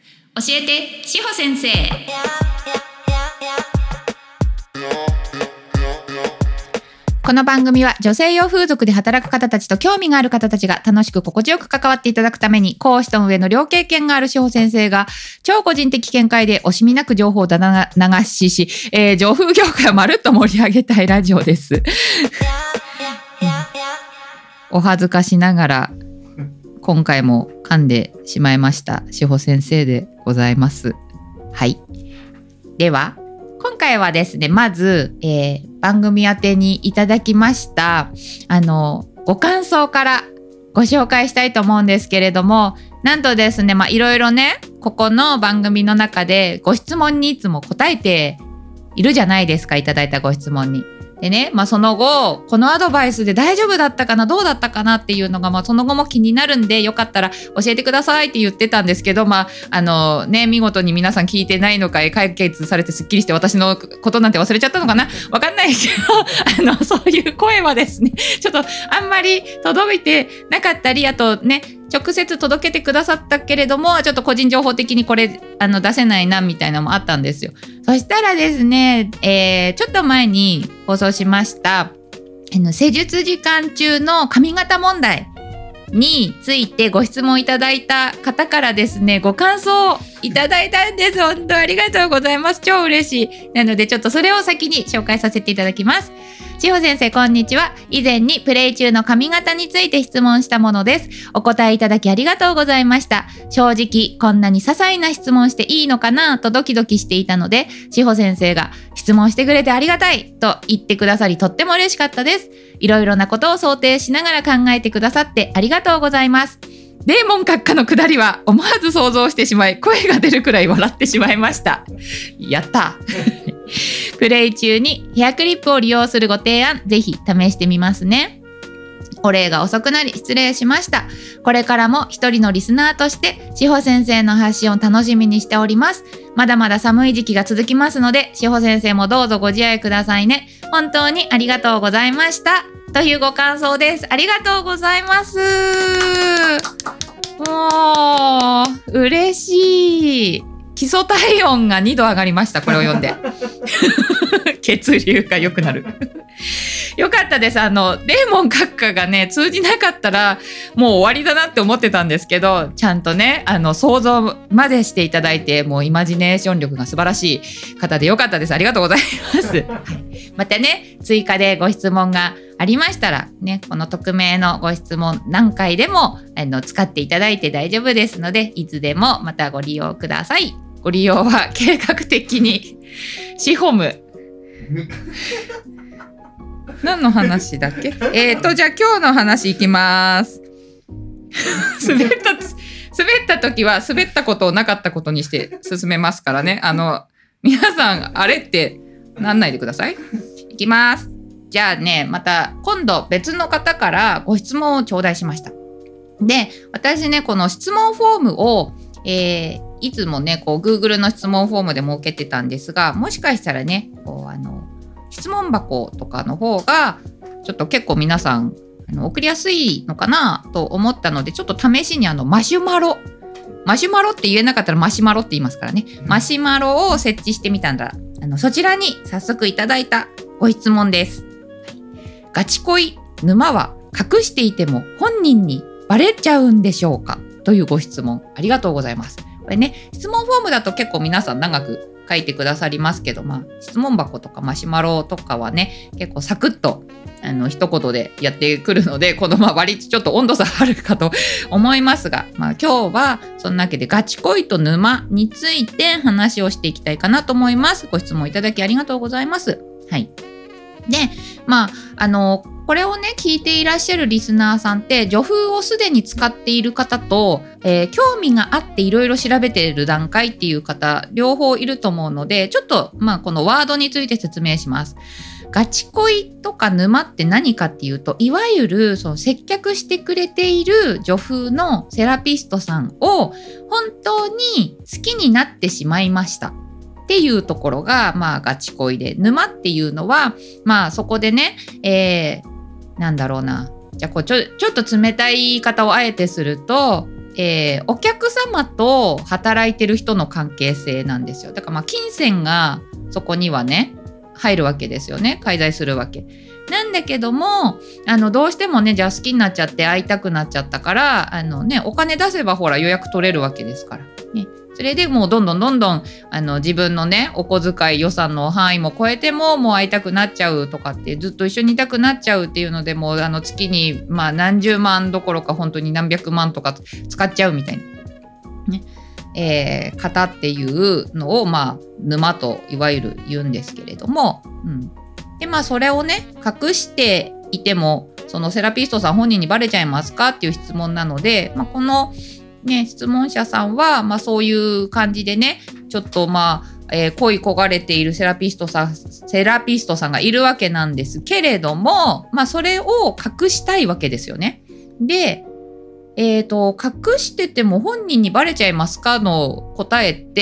教えて志保先生。この番組は女性用風俗で働く方たちと興味がある方たちが楽しく心地よく関わっていただくために、講師と上の両経験がある志保先生が超個人的見解で惜しみなく情報を流し、情風業界をまるっと盛り上げたいラジオですお恥ずかしながら今回も噛んでしまいました志保先生でございます。はい、では今回はですね、まず、番組宛てにいただきましたご感想からご紹介したいと思うんですけれども、なんとですね、いろいろね、ここの番組の中でご質問にいつも答えているじゃないですか、いただいたご質問に。でね、その後このアドバイスで大丈夫だったかな、どうだったかなっていうのが、その後も気になるんで、よかったら教えてくださいって言ってたんですけど、見事に皆さん聞いてないのか解決されてすっきりして、私のことなんて忘れちゃったのかな、わかんないけどそういう声はですね、ちょっとあんまり届いてなかったり、あとね、直接届けてくださったけれども、ちょっと個人情報的にこれ出せないなみたいなのもあったんですよ。そしたらですね、ちょっと前に放送しました施術時間中の髪型問題についてご質問いただいた方からですね、ご感想いただいたんです。本当ありがとうございます。超嬉しい。なのでちょっとそれを先に紹介させていただきます。志保先生、こんにちは。以前にプレイ中の髪型について質問したものです。お答えいただきありがとうございました。正直こんなに些細な質問していいのかなとドキドキしていたので、志保先生が質問してくれてありがたいと言ってくださり、とっても嬉しかったです。いろいろなことを想定しながら考えてくださってありがとうございます。デーモン閣下のくだりは思わず想像してしまい、声が出るくらい笑ってしまいました。やったプレイ中にヘアクリップを利用するご提案、ぜひ試してみますね。お礼が遅くなり失礼しました。これからも一人のリスナーとして志保先生の発信を楽しみにしております。まだまだ寒い時期が続きますので、志保先生もどうぞご自愛くださいね。本当にありがとうございましたというご感想です。ありがとうございます。もう嬉しい。基礎体温が2度上がりました。これを読んで血流が良くなるよかったです。デーモン閣下がね、通じなかったらもう終わりだなって思ってたんですけど、ちゃんとね、想像までしていただいて、もうイマジネーション力が素晴らしい方でよかったです。ありがとうございます、はい、またね、追加でご質問がありましたらね、この匿名のご質問何回でも使っていただいて大丈夫ですので、いつでもまたご利用ください。ご利用は計画的にシホム何の話だっけ？じゃあ今日の話いきます。滑った時は滑ったことをなかったことにして進めますからね。皆さんあれってなんないでください。いきます。じゃあね、また今度別の方からご質問を頂戴しました。で、私ね、この質問フォームを、いつもね、Google の質問フォームで設けてたんですが、もしかしたらね、質問箱とかの方がちょっと結構皆さん送りやすいのかなと思ったので、ちょっと試しにマシュマロって言えなかったらマシュマロって言いますからね、マシュマロを設置してみたんだ。そちらに早速いただいたご質問です。ガチ恋沼は隠していても本人にバレちゃうんでしょうかというご質問、ありがとうございます。これね、質問フォームだと結構皆さん長く書いてくださりますけど、質問箱とかマシュマロとかはね、結構サクッと一言でやってくるので、この割とちょっと温度差あるかと思いますが、今日はそんなわけでガチ恋と沼について話をしていきたいかなと思います。ご質問いただきありがとうございます。はい。で、これをね、聞いていらっしゃるリスナーさんって女風をすでに使っている方と、興味があっていろいろ調べている段階っていう方両方いると思うので、ちょっとこのワードについて説明します。ガチ恋とか沼って何かっていうと、いわゆるその接客してくれている女風のセラピストさんを本当に好きになってしまいましたっていうところがガチ恋で、沼っていうのはそこでね、なんだろうな、じゃあちょっと冷たい言い方をあえてすると、 お客様と働いてる人の関係性なんですよ。だから金銭がそこにはね入るわけですよね。介在するわけなんだけども、どうしてもねじゃあ好きになっちゃって会いたくなっちゃったからお金出せばほら予約取れるわけですからね。それでもうどんどん自分のねお小遣い予算の範囲も超えてもう会いたくなっちゃうとかってずっと一緒にいたくなっちゃうっていうのでもう月に何十万どころか本当に何百万とか使っちゃうみたいな、ね方っていうのを沼といわゆる言うんですけれども、でそれをね隠していてもそのセラピストさん本人にバレちゃいますかっていう質問なので、このね、質問者さんは、そういう感じでねちょっと恋焦がれているセラピストさんがいるわけなんですけれども、それを隠したいわけですよね。で、隠してても本人にバレちゃいますかの答えって、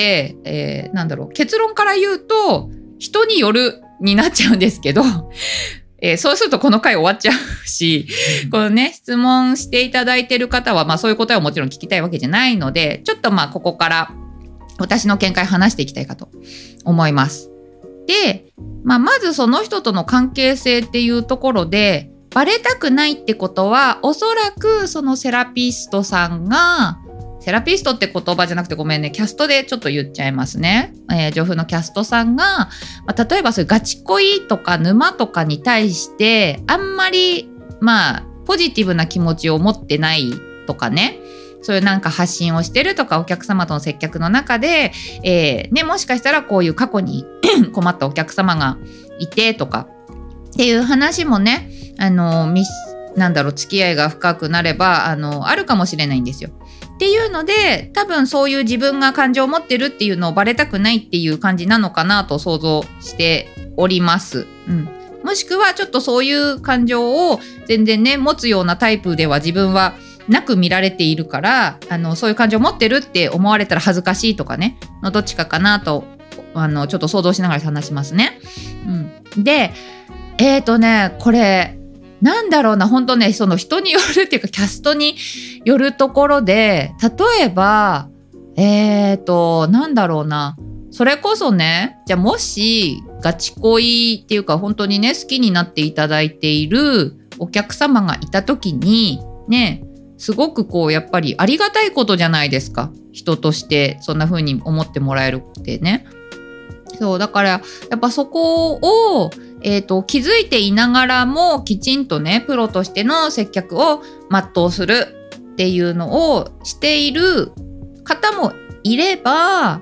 結論から言うと人によるになっちゃうんですけどそうするとこの回終わっちゃうし、このね、質問していただいている方は、そういう答えをもちろん聞きたいわけじゃないので、ちょっとここから私の見解話していきたいかと思います。で、まずその人との関係性っていうところで、バレたくないってことは、おそらくそのセラピストさんが、セラピストって言葉じゃなくてごめんね、キャストでちょっと言っちゃいますね。女風のキャストさんが、例えばそういうガチ恋とか沼とかに対してあんまりポジティブな気持ちを持ってないとかね、そういう発信をしてるとかお客様との接客の中で、もしかしたらこういう過去に困ったお客様がいてとかっていう話もね、付き合いが深くなればあるかもしれないんですよ。っていうので多分そういう自分が感情を持ってるっていうのをバレたくないっていう感じなのかなと想像しております。もしくはちょっとそういう感情を全然ね持つようなタイプでは自分はなく見られているからそういう感情を持ってるって思われたら恥ずかしいとかねのどっちかかなとちょっと想像しながら話しますね。でこれ本当ねその人によるっていうかキャストによるところで例えばそれこそねじゃあもしガチ恋っていうか本当にね好きになっていただいているお客様がいた時にねすごくやっぱりありがたいことじゃないですか。人としてそんな風に思ってもらえるってね。そうだからやっぱそこを気づいていながらもきちんとねプロとしての接客を全うするっていうのをしている方もいれば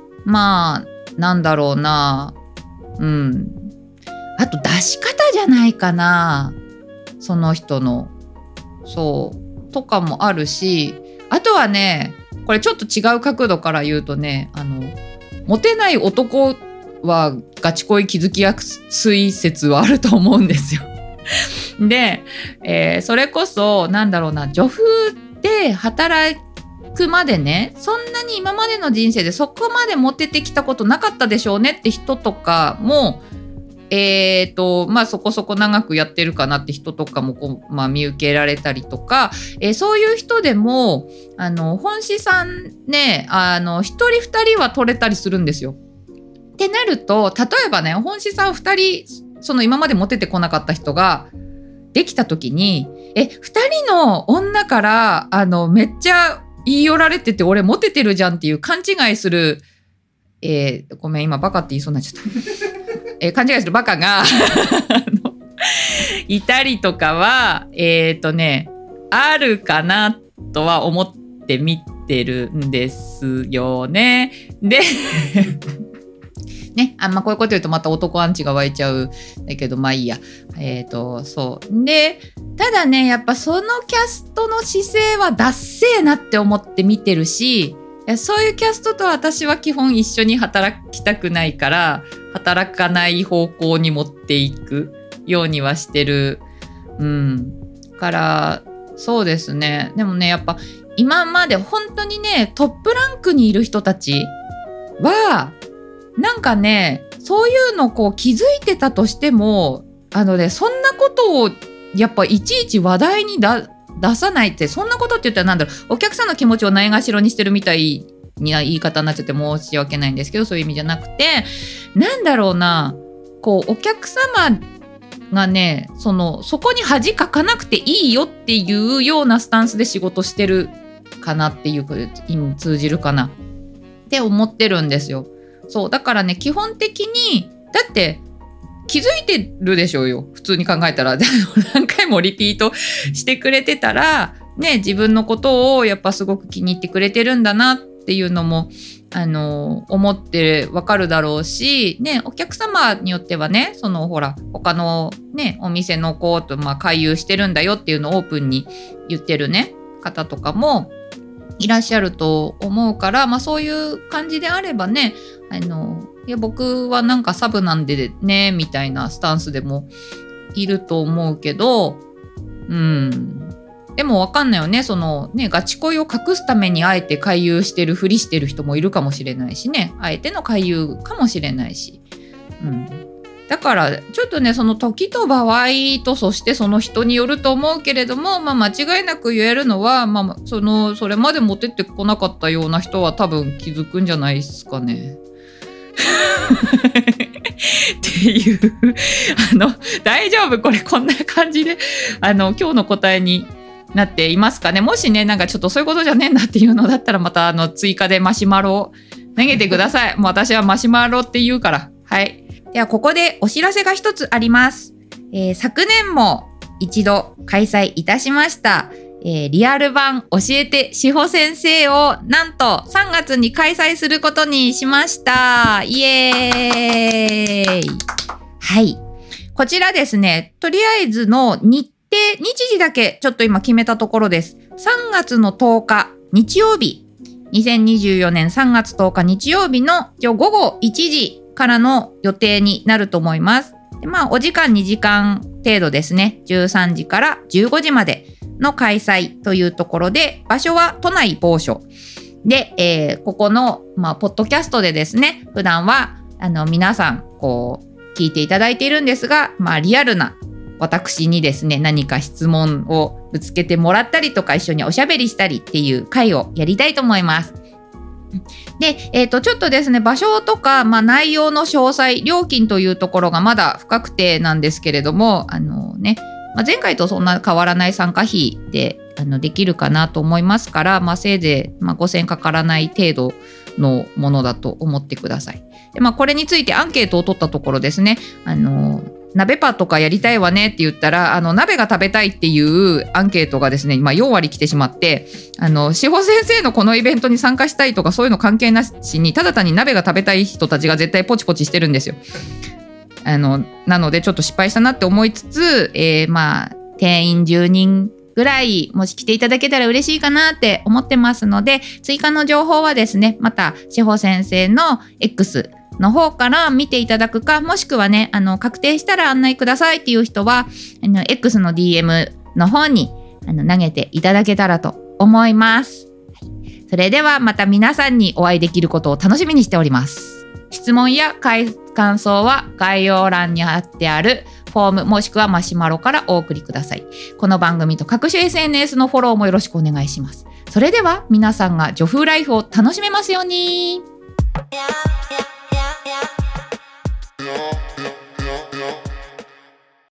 あと出し方じゃないかなその人のそうとかもあるし、あとはねこれちょっと違う角度から言うとねモテない男はガチ恋気づきやすい説はあると思うんですよ。で、それこそ女風で働くまでねそんなに今までの人生でそこまでモテてきたことなかったでしょうねって人とかもそこそこ長くやってるかなって人とかも見受けられたりとか、そういう人でも本師さんね1人2人は取れたりするんですよ。ってなると例えばね本師さん2人その今までモテてこなかった人ができた時に2人の女からめっちゃ言い寄られてて俺モテてるじゃんっていう勘違いするごめん今バカって言いそうになっちゃった勘違いするバカがいたりとかはあるかなとは思って見てるんですよね。でね、こういうこと言うとまた男アンチが湧いちゃうんだけどいいや。そうでただねやっぱそのキャストの姿勢はダッセーなって思って見てるし、そういうキャストと私は基本一緒に働きたくないから働かない方向に持っていくようにはしてる。からそうですね。でもねやっぱ今まで本当にねトップランクにいる人たちはそういうの気づいてたとしてもそんなことをやっぱいちいち話題に出さないって、そんなことって言ったらなんだろう、お客さんの気持ちをないがしろにしてるみたいな言い方になっちゃって申し訳ないんですけど、そういう意味じゃなくて、なんだろうな、こうお客様がね、そこに恥かかなくていいよっていうようなスタンスで仕事してるかなっていう意味通じるかなって思ってるんですよ。そうだからね、基本的にだって気づいてるでしょうよ、普通に考えたら。何回もリピートしてくれてたらね、自分のことをやっぱすごく気に入ってくれてるんだなっていうのも思ってわかるだろうしね、お客様によってはね、ほら他のねお店の子と回遊してるんだよっていうのをオープンに言ってるね方とかもいらっしゃると思うから、そういう感じであればね、いや僕はなんかサブなんでねみたいなスタンスでもいると思うけど、でも分かんないよね、ガチ恋を隠すためにあえて回遊してるふりしてる人もいるかもしれないしね、あえての回遊かもしれないし、だからちょっとね、その時と場合と、そしてその人によると思うけれども、間違いなく言えるのは、それまでモテてこなかったような人は多分気づくんじゃないですかね。っていう大丈夫これこんな感じで今日の答えになっていますかね。もしね、なんかちょっとそういうことじゃねえんだっていうのだったら、また追加でマシュマロを投げてください。もう私はマシュマロって言うから。はい。ではここでお知らせが一つあります。昨年も一度開催いたしましたリアル版教えて志保先生をなんと3月に開催することにしました。イエーイ。はい。こちらですね、とりあえずの日時だけちょっと今決めたところです。3月の10日日曜日、2024年3月10日日曜日の午後1時からの予定になると思います。でお時間2時間程度ですね。13時から15時までの開催というところで、場所は都内某所で、ここの、ポッドキャストでですね、普段は皆さんこう聞いていただいているんですが、リアルな私にですね、何か質問をぶつけてもらったりとか、一緒におしゃべりしたりっていう会をやりたいと思います。で、ちょっとですね、場所とか、内容の詳細、料金というところがまだ不確定なんですけれども、前回とそんな変わらない参加費でできるかなと思いますから、せいぜい5000円かからない程度のものだと思ってください。で、これについてアンケートを取ったところですね、鍋パとかやりたいわねって言ったら、鍋が食べたいっていうアンケートがですね、4割来てしまって、志保先生のこのイベントに参加したいとかそういうの関係なしに、ただ単に鍋が食べたい人たちが絶対ポチポチしてるんですよ。なのでちょっと失敗したなって思いつつ、定員10人ぐらいもし来ていただけたら嬉しいかなって思ってますので、追加の情報はですね、また志保先生の Xの方から見ていただくか、もしくはね、確定したら案内くださいっていう人はX の DM の方に投げていただけたらと思います。それではまた皆さんにお会いできることを楽しみにしております。質問や感想は概要欄に貼ってあるフォームもしくはマシュマロからお送りください。この番組と各種 SNS のフォローもよろしくお願いします。それでは皆さんが女風ライフを楽しめますように。Yeah.